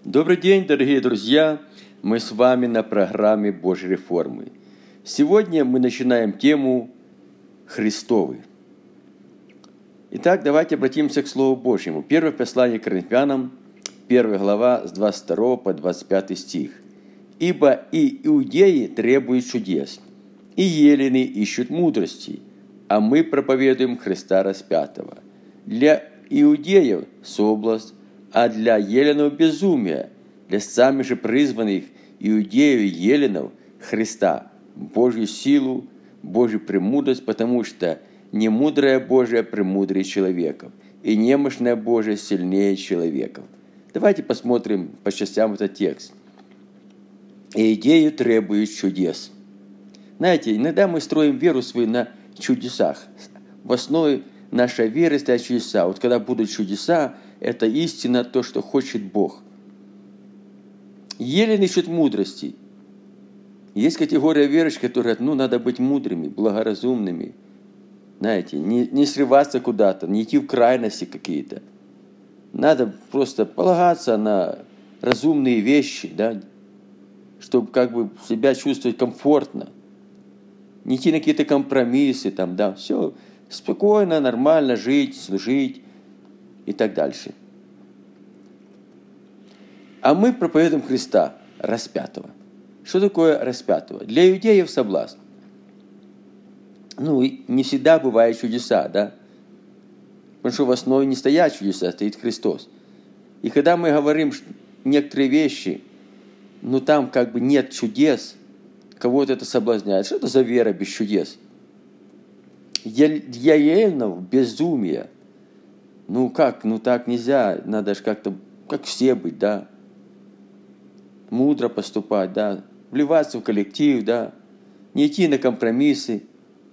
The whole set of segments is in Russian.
Добрый день, дорогие друзья! Мы с вами на программе Божьей реформы. Сегодня мы начинаем тему Христовы. Итак, давайте обратимся к Слову Божьему. Первое послание к Коринфянам, 1 глава, с 22 по 25 стих. «Ибо и иудеи требуют чудес, и елены ищут мудрости, а мы проповедуем Христа распятого. Для иудеев соблазн, а для еленов безумие, для самых же призванных иудеев и еленов Христа, Божью силу, Божью премудрость, потому что немудрое Божие премудрее человеков, и немощное Божие сильнее человеков». Давайте посмотрим по частям этот текст. «Иудеи требуют чудес». Знаете, иногда мы строим веру свою на чудесах. В основе нашей веры стоят чудеса. Вот когда будут чудеса, это истина, то, что хочет Бог. Елены ищут мудрости. Есть категория верующих, которые говорят, надо быть мудрыми, благоразумными. Знаете, не срываться куда-то, не идти в крайности какие-то. Надо просто полагаться на разумные вещи, да, чтобы как бы себя чувствовать комфортно. Не идти на какие-то компромиссы, там, да, все спокойно, нормально жить, служить и так дальше. А мы проповедуем Христа распятого. Что такое распятого? Для иудеев соблазн. Не всегда бывают чудеса, да? Потому что в основе не стоят чудеса, стоит Христос. И когда мы говорим некоторые вещи, там как бы нет чудес, кого-то это соблазняет. Что это за вера без чудес? Для еленов безумие. Так нельзя, надо же как-то, как все быть, да. Мудро поступать, да. Вливаться в коллектив, да. Не идти на компромиссы.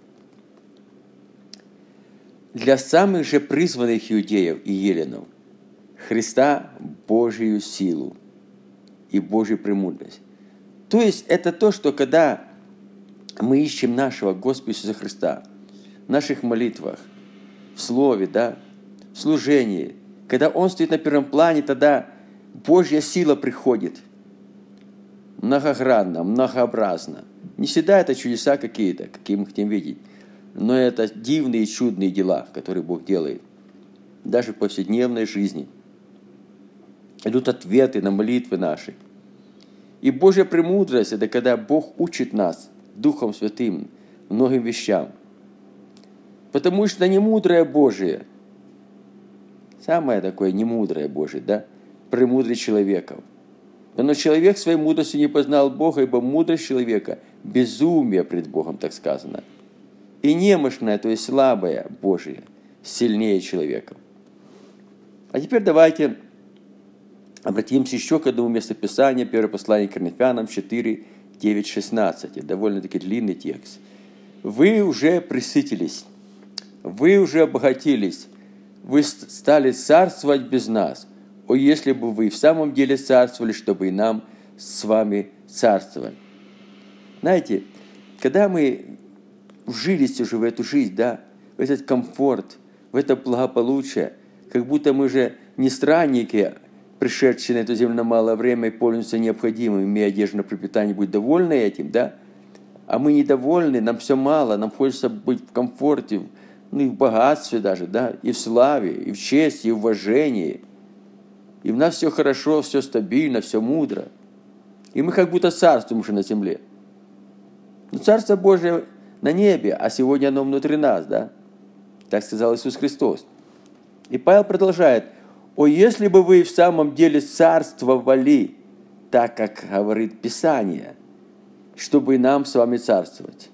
Для самых же призванных иудеев и еленов Христа Божию силу и Божью премудрость. То есть это то, что когда мы ищем нашего Господа Иисуса Христа в наших молитвах, в слове, да, в служении, когда Он стоит на первом плане, тогда Божья сила приходит многогранно, многообразно. Не всегда это чудеса какие-то, какие мы хотим видеть, но это дивные, чудные дела, которые Бог делает. Даже в повседневной жизни. Идут ответы на молитвы наши. И Божья премудрость – это когда Бог учит нас Духом Святым многим вещам. Потому что немудрое Божие, самое такое немудрое Божие, да, премудрее человеков. Но человек своей мудростью не познал Бога, ибо мудрость человека – безумие пред Богом, так сказано. И немощное, то есть слабое Божие, сильнее человека. А теперь давайте обратимся еще к одному местописанию, первое послание к Коринфянам 4, 9, 16. Это довольно-таки длинный текст. «Вы уже пресытились, вы уже обогатились, вы стали царствовать без нас. О, если бы вы в самом деле царствовали, чтобы и нам с вами царствовать». Знаете, когда мы вжились уже в эту жизнь, да, в этот комфорт, в это благополучие, как будто мы уже не странники, пришедшие на эту землю на малое время и пользуются необходимым, имея одежду на пропитание, будь довольны этим, да? А мы недовольны, нам все мало, нам хочется быть в комфорте, и в богатстве даже, да, и в славе, и в чести, и в уважении. И у нас все хорошо, все стабильно, все мудро. И мы как будто царствуем уже на земле. Но Царство Божие на небе, а сегодня оно внутри нас, да? Так сказал Иисус Христос. И Павел продолжает. «О, если бы вы в самом деле царствовали, так, как говорит Писание, чтобы и нам с вами царствовать».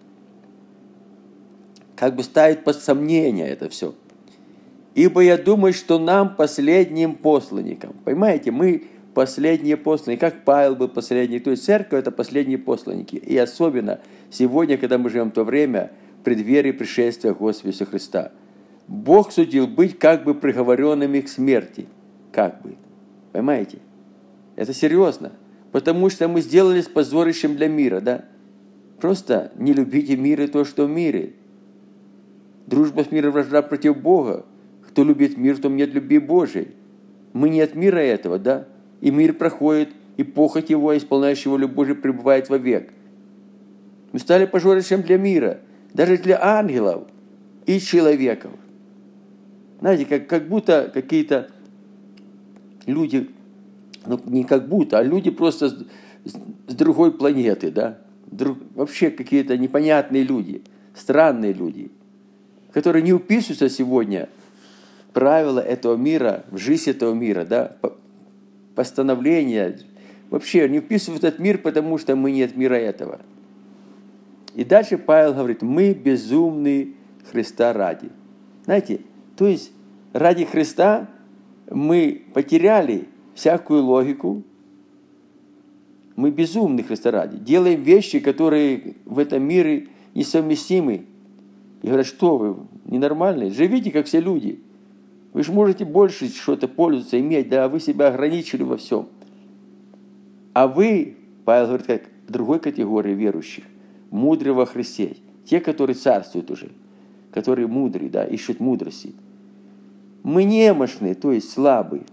Как бы ставит под сомнение это все. «Ибо я думаю, что нам, последним посланникам». Понимаете, мы последние посланники, как Павел был последний. То есть церковь – это последние посланники. И особенно сегодня, когда мы живем в то время, в преддверии пришествия Господа Иисуса Христа. Бог судил быть как бы приговоренными к смерти. Как бы. Понимаете? Это серьезно. Потому что мы сделались позорищем для мира, да? Просто не любите мир и то, что в мире. Дружба с миром вражда против Бога. Кто любит мир, в том нет любви Божией. Мы не от мира этого, да? и мир проходит, и похоть его, исполняющий волю Божию, пребывает вовек. Мы стали пожорищем для мира, даже для ангелов и человеков. Знаете, как будто какие-то люди, ну не как будто, а люди просто с другой планеты, да? Вообще какие-то непонятные люди, странные люди, которые не уписываются сегодня в правила этого мира, в жизнь этого мира, да? Постановления. Вообще не вписывают в этот мир, потому что мы нет мира этого. И дальше Павел говорит, мы безумны Христа ради. Знаете, то есть ради Христа мы потеряли всякую логику, мы безумны Христа ради. Делаем вещи, которые в этом мире несовместимы. И говорят, что вы, ненормальные? Живите, как все люди. Вы же можете больше что-то пользоваться, иметь, да, вы себя ограничили во всем. А вы, Павел говорит, как другой категории верующих, мудрые во Христе, те, которые царствуют уже, которые мудрые, да, ищут мудрости. Мы немощные, то есть слабые,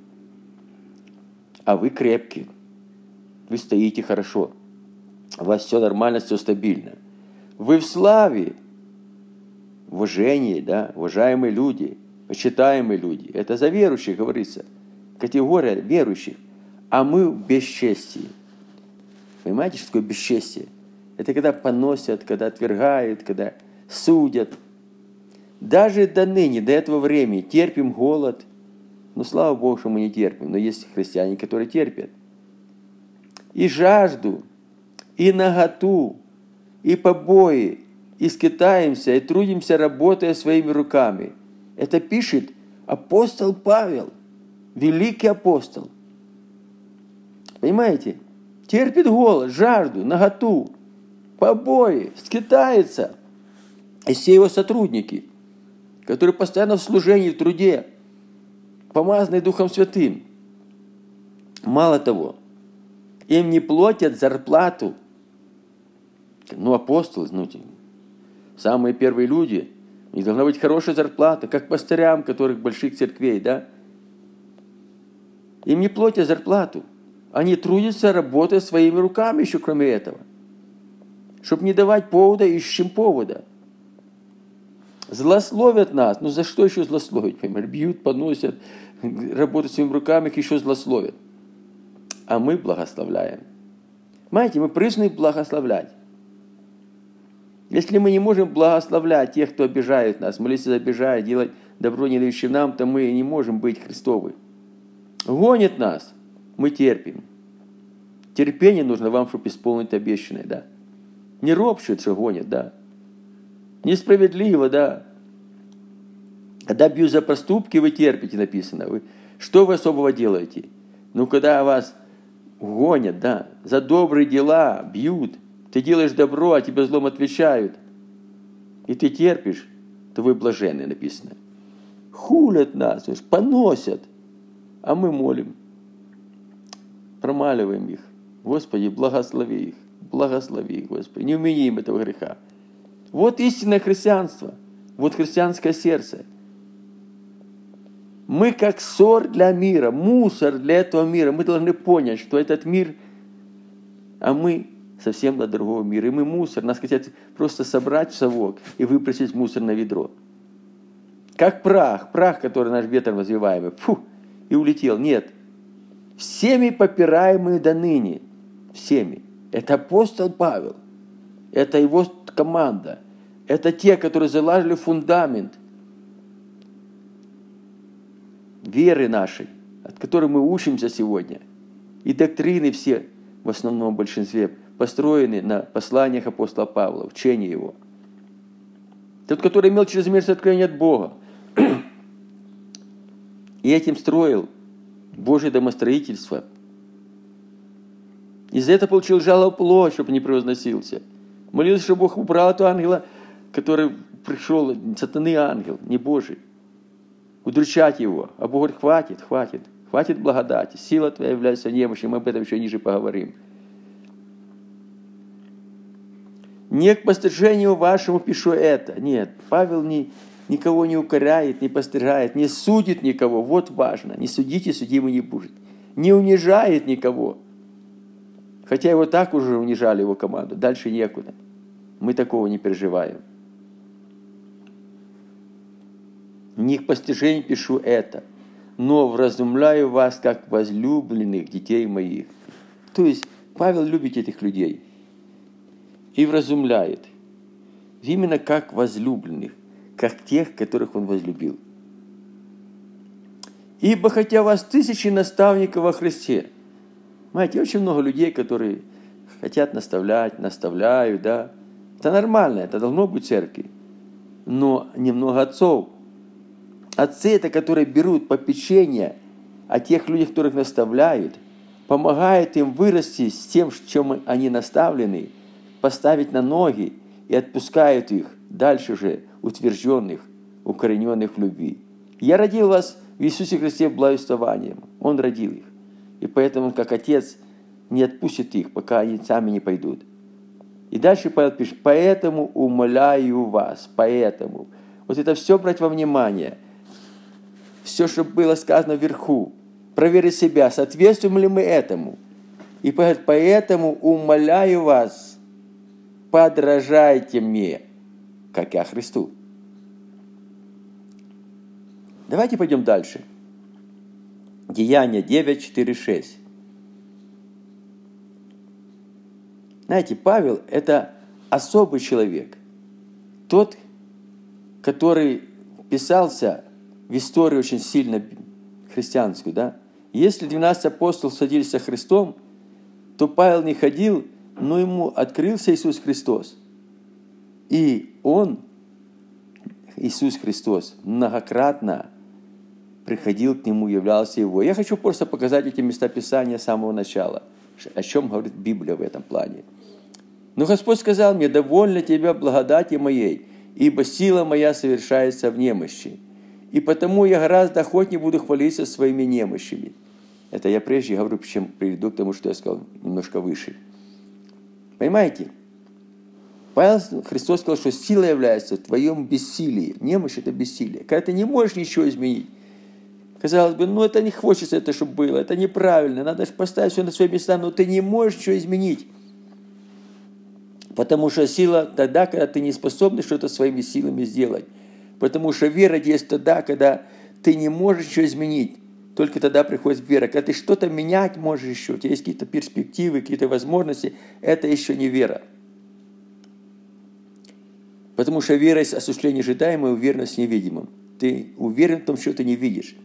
а вы крепкие, вы стоите хорошо, у вас все нормально, все стабильно. Вы в славе, в уважении, да, уважаемые люди, почитаемые люди. Это за верующих говорится, категория верующих. А мы в бесчестии. Понимаете, что такое бесчестие? Это когда поносят, когда отвергают, когда судят. Даже до ныне, до этого времени терпим голод. Но слава Богу, что мы не терпим. Но есть христиане, которые терпят. И жажду, и наготу, и побои, и скитаемся, и трудимся, работая своими руками. Это пишет апостол Павел, великий апостол. Понимаете? Терпит голод, жажду, наготу, побои, скитается. И все его сотрудники, которые постоянно в служении, в труде, помазанные Духом Святым. Мало того, им не платят зарплату. Ну, апостолы, самые первые люди, у них должна быть хорошая зарплата, как пастырям, которых больших церквей, да? Им не платят зарплату. Они трудятся, работая своими руками еще кроме этого. Чтобы не давать повода, ищем повода. Злословят нас. Ну за что еще злословить? Понимаете? Бьют, поносят, работают своими руками, их еще злословят. А мы благословляем. Понимаете, мы призваны благословлять. Если мы не можем благословлять тех, кто обижает нас, молиться за обижая, делать добро не дающим нам, то мы не можем быть Христовы. Гонит нас, мы терпим. Терпение нужно вам, чтобы исполнить обещанное, да. Не ропщут, что гонят, да. Несправедливо, да. Когда бьют за проступки, вы терпите, написано. Что вы особого делаете? Ну, когда вас гонят, да, за добрые дела бьют, ты делаешь добро, а тебе злом отвечают, и ты терпишь, то вы блаженны, написано. Хулят нас, поносят, а мы молим, промаливаем их. Господи, благослови их, Господи, не умени им этого греха. Вот истинное христианство, вот христианское сердце. Мы как ссор для мира, мусор для этого мира. Мы должны понять, что этот мир, а мы совсем для другого мира. И мы мусор. Нас хотят просто собрать в совок и выбросить в мусорное ведро. Как прах, который наш ветер развиваемый. И улетел. Нет. Всеми попираемые до ныне. Всеми. Это апостол Павел. Это его команда. Это те, которые заложили фундамент веры нашей, от которой мы учимся сегодня. И доктрины все, в основном большинстве, построены на посланиях апостола Павла, учении его. Тот, который имел чрезмерное откровение от Бога. И этим строил Божье домостроительство. И за это получил жалобу плоть, чтобы не превозносился. Молился, чтобы Бог убрал этого ангела, который пришел, сатаны ангел, не Божий. Удручать его. А Бог говорит, хватит благодати. Сила твоя является немощью. Мы об этом еще ниже поговорим. Не к постижению вашему пишу это. Нет, Павел никого не укоряет, не постигает, не судит никого. Вот важно. Не судите, судимы не будете. не унижает никого. Хотя его так уже унижали, его команду. Дальше некуда. Мы такого не переживаем. Не к постижению пишу это, но вразумляю вас, как возлюбленных детей моих. То есть Павел любит этих людей и вразумляет. Именно как возлюбленных, как тех, которых он возлюбил. Ибо хотя у вас тысячи наставников во Христе. Знаете, очень много людей, которые хотят наставлять, наставляют, да. Это нормально, это должно быть в церкви. Но немного отцов. Отцы это, которые берут попечение о тех людях, которых наставляют, помогают им вырасти с тем, в чем они наставлены, поставить на ноги и отпускают их дальше же утвержденных, укорененных в любви. Я родил вас в Иисусе Христе благовествованием. Он родил их. И поэтому, как Отец, не отпустит их, пока они сами не пойдут. И дальше Павел пишет: поэтому умоляю вас, поэтому. Вот это все брать во внимание. Все, что было сказано вверху. Проверить себя, соответствуем ли мы этому. И поэтому умоляю вас, подражайте мне, как я Христу. Давайте пойдем дальше. Деяния 9, 4, 6. Знаете, Павел – это особый человек. Тот, который вписался в историю очень сильно христианскую. Да? Если 12 апостолов садились со Христом, то Павел не ходил, но ему открылся Иисус Христос. И он, Иисус Христос, многократно приходил к нему, являлся его. Я хочу просто показать эти места Писания с самого начала, о чем говорит Библия в этом плане. Но Господь сказал мне: довольно тебя благодати моей, ибо сила моя совершается в немощи. И потому я гораздо охотнее буду хвалиться своими немощами. Это я прежде говорю, чем приведу к тому, что я сказал немножко выше. Понимаете? Христос сказал, что сила является в твоем бессилии. Немощь – это бессилие. Когда ты не можешь ничего изменить. Казалось бы, это не хочется, это чтобы было, это неправильно, надо же поставить все на свои места, но ты не можешь ничего изменить. Потому что сила тогда, когда ты не способен что-то своими силами сделать. Потому что вера есть тогда, когда ты не можешь ничего изменить. Только тогда приходит вера. Когда ты что-то менять можешь еще, у тебя есть какие-то перспективы, какие-то возможности, это еще не вера. Потому что вера есть осуществление ожидаемого, уверенность в невидимом. Ты уверен в том, что ты не видишь.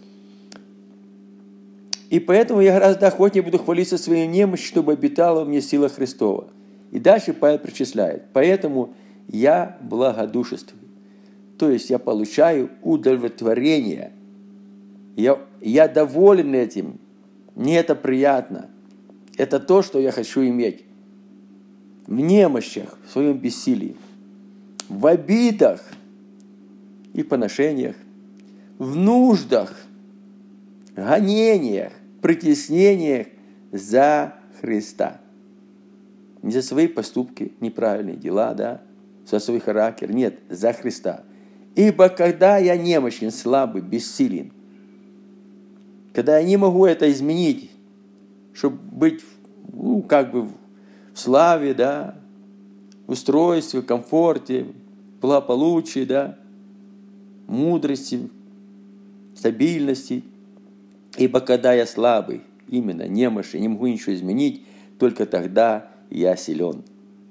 И поэтому я гораздо охотнее буду хвалиться своей немощью, чтобы обитала в мне сила Христова. И дальше Павел причисляет: поэтому я благодушествую. То есть я получаю удовлетворение. Я доволен этим. Мне это приятно. Это то, что я хочу иметь. В немощах, в своем бессилии, в обидах и поношениях, в нуждах, гонениях, притеснениях за Христа. Не за свои поступки, неправильные дела, да, за свой характер. Нет, за Христа. Ибо когда я немощен, слабый, бессилен, когда я не могу это изменить, чтобы быть, в славе, да, в устройстве, в комфорте, в благополучии, да, мудрости, стабильности. Ибо когда я слабый, именно немощный, не могу ничего изменить, только тогда я силен.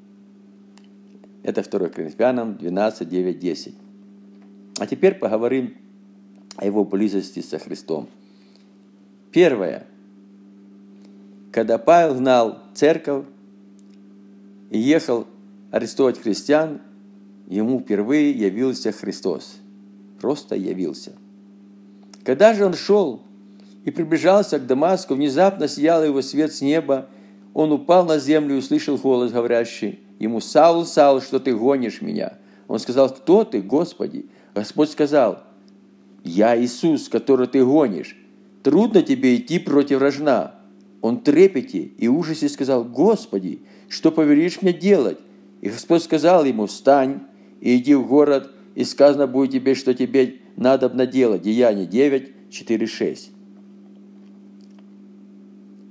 Это 2 Коринфянам 12, 9, 10. А теперь поговорим о его близости со Христом. Первое. Когда Павел гнал церковь и ехал арестовать христиан, ему впервые явился Христос. Просто явился. Когда же он шел и приближался к Дамаску, внезапно сиял его свет с неба, он упал на землю и услышал голос, говорящий ему: «Саул, Саул, что ты гонишь меня?» Он сказал: «Кто ты, Господи?» Господь сказал: «Я Иисус, которого ты гонишь. Трудно тебе идти против рожна». Он в трепете и ужасе сказал: «Господи, что повелишь мне делать?» И Господь сказал ему: «Встань и иди в город, и сказано будет тебе, что тебе надобно делать». Деяния 9, 4, 6.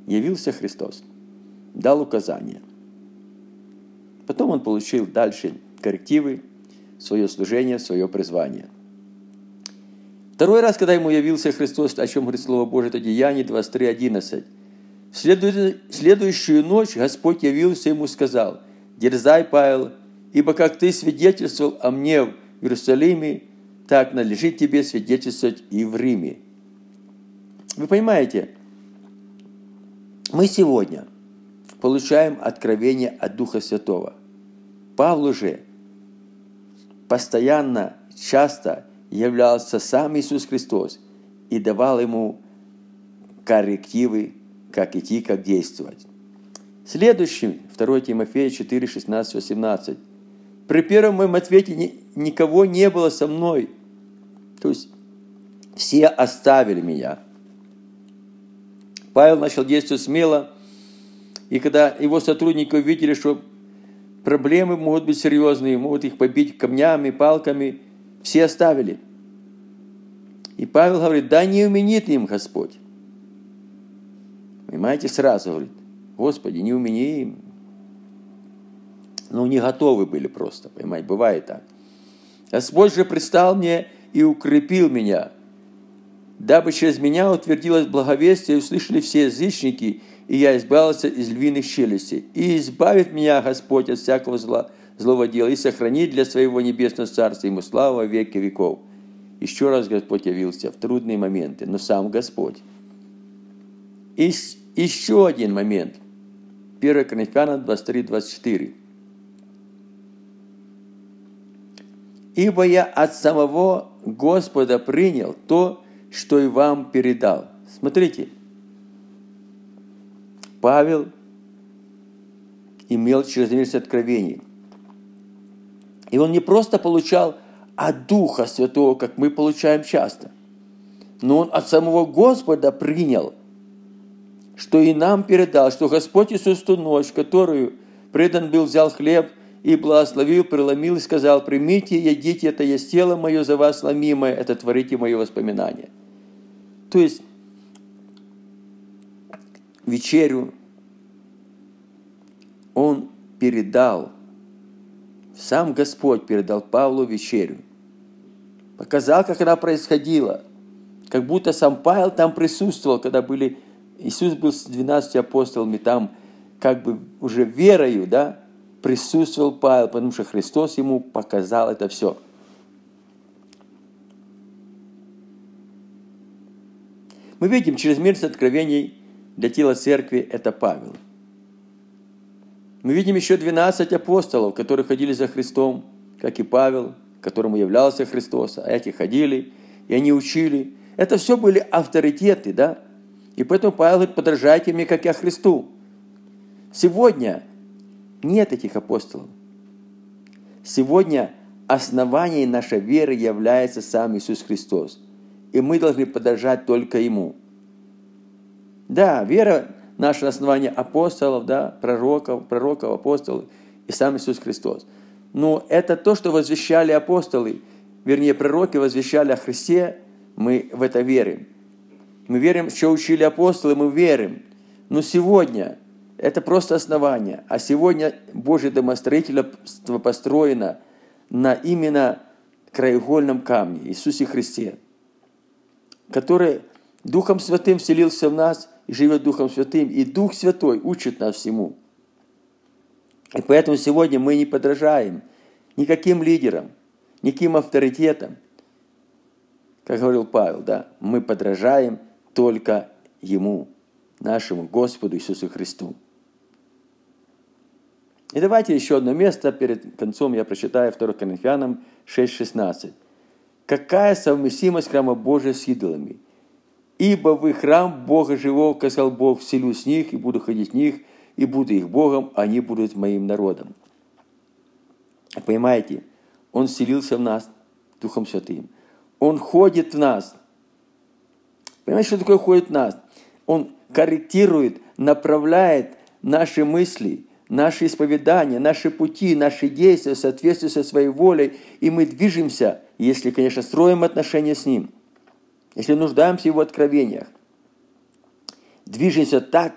явился Христос, дал указания. Потом он получил дальше коррективы, свое служение, свое призвание. Второй раз, когда ему явился Христос, о чем говорит Слово Божие, это Деяние 23:11. В следующую ночь Господь явился ему и сказал: «Дерзай, Павел, ибо как ты свидетельствовал о мне в Иерусалиме, так надлежит тебе свидетельствовать и в Риме». Вы понимаете, мы сегодня получаем откровение от Духа Святого. Павлу же постоянно, часто являлся сам Иисус Христос и давал ему коррективы, как идти, как действовать. Следующий, 2 Тимофея 4, 16, 18. «При первом моем ответе никого не было со мной». То есть все оставили меня. Павел начал действовать смело, и когда его сотрудники увидели, что проблемы могут быть серьезные, могут их побить камнями, палками, все оставили. И Павел говорит: «Да не уменит им Господь». Понимаете, сразу говорит: «Господи, не умени им». Ну, не готовы были просто, понимаете, бывает так. «Господь же предстал мне и укрепил меня, дабы через меня утвердилось благовестие, и услышали все язычники, и я избавился из львиных челюстей. И избавит меня Господь от всякого злого дела, и сохранит для своего небесного царства ему славу во веки веков». Еще раз Господь явился в трудные моменты, но сам Господь. И еще один момент. 1 Коринфянам 23:24. «Ибо я от самого Господа принял то, что и вам передал». Смотрите, Павел имел чрезмерность откровений. И он не просто получал от Духа Святого, как мы получаем часто, но он от самого Господа принял, что и нам передал, что Господь Иисус в ту ночь, которую предан был, взял хлеб и благословил, преломил и сказал: «Примите, едите, это есть тело мое за вас ломимое, это творите мое воспоминание». То есть вечерю он передал, сам Господь передал Павлу вечерю. Показал, как она происходила. Как будто сам Павел там присутствовал, когда Иисус был с 12 апостолами, там как бы уже верою, да, присутствовал Павел, потому что Христос ему показал это все. Мы видим чрезмерность откровений для тела церкви – это Павел. Мы видим еще 12 апостолов, которые ходили за Христом, как и Павел, которому являлся Христос, а эти ходили, и они учили. Это все были авторитеты, да? И поэтому Павел говорит: «Подражайте мне, как я Христу». Сегодня нет этих апостолов. Сегодня основанием нашей веры является сам Иисус Христос. И мы должны подражать только Ему. Да, вера – наше основание апостолов, да, пророков, апостолов и сам Иисус Христос. Но это то, что возвещали апостолы, вернее, пророки возвещали о Христе, мы в это верим. Мы верим, что учили апостолы, мы верим. Но сегодня это просто основание. А сегодня Божье домостроительство построено на именно краеугольном камне, Иисусе Христе, который Духом Святым вселился в нас и живет Духом Святым. И Дух Святой учит нас всему. И поэтому сегодня мы не подражаем никаким лидерам, никаким авторитетам. Как говорил Павел, да, мы подражаем только Ему, нашему Господу Иисусу Христу. И давайте еще одно место, перед концом я прочитаю 2 Коринфянам 6:16. «Какая совместимость храма Божия с идолами? Ибо вы храм Бога живого, как сказал Бог: вселюсь с них, и буду ходить в них, и буду их Богом, а они будут моим народом». Понимаете, Он вселился в нас Духом Святым. Он ходит в нас. Понимаете, что такое ходит в нас? Он корректирует, направляет наши мысли, наши исповедания, наши пути, наши действия в соответствии со своей волей. И мы движемся, если, конечно, строим отношения с Ним, если нуждаемся в Его откровениях, движемся так,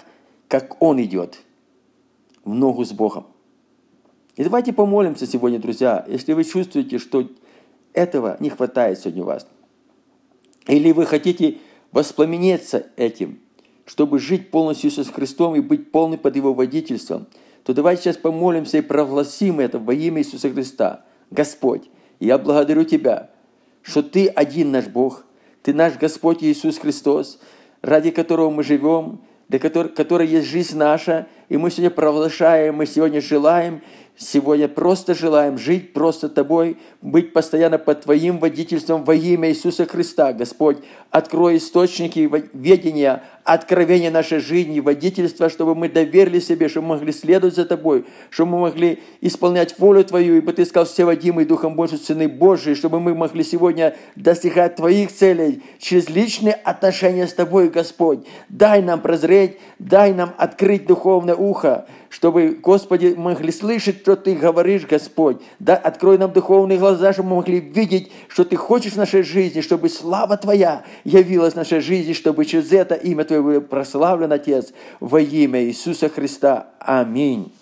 как Он идет в ногу с Богом. И давайте помолимся сегодня, друзья, если вы чувствуете, что этого не хватает сегодня у вас, или вы хотите воспламениться этим, чтобы жить полностью с Иисусом Христом и быть полным под Его водительством, то давайте сейчас помолимся и провозгласим это во имя Иисуса Христа. Господь, я благодарю Тебя, что Ты один наш Бог, Ты наш Господь Иисус Христос, ради которого мы живем, для которой есть жизнь наша, и мы сегодня провозглашаем, мы сегодня желаем, сегодня просто желаем жить просто Тобой, быть постоянно под Твоим водительством во имя Иисуса Христа. Господь, открой источники ведения, откровения нашей жизни, водительства, чтобы мы доверили себе, чтобы мы могли следовать за Тобой, чтобы мы могли исполнять волю Твою, ибо Ты сказал, все водимые Духом Божьим, сыны Божии, чтобы мы могли сегодня достигать Твоих целей через личные отношения с Тобой, Господь. Дай нам прозреть, дай нам открыть духовное ухо, чтобы, Господи, мы могли слышать, что Ты говоришь, Господь. Да, открой нам духовные глаза, чтобы мы могли видеть, что Ты хочешь в нашей жизни, чтобы слава Твоя явилась в нашей жизни, чтобы через это имя Твое было прославлено, Отец, во имя Иисуса Христа. Аминь.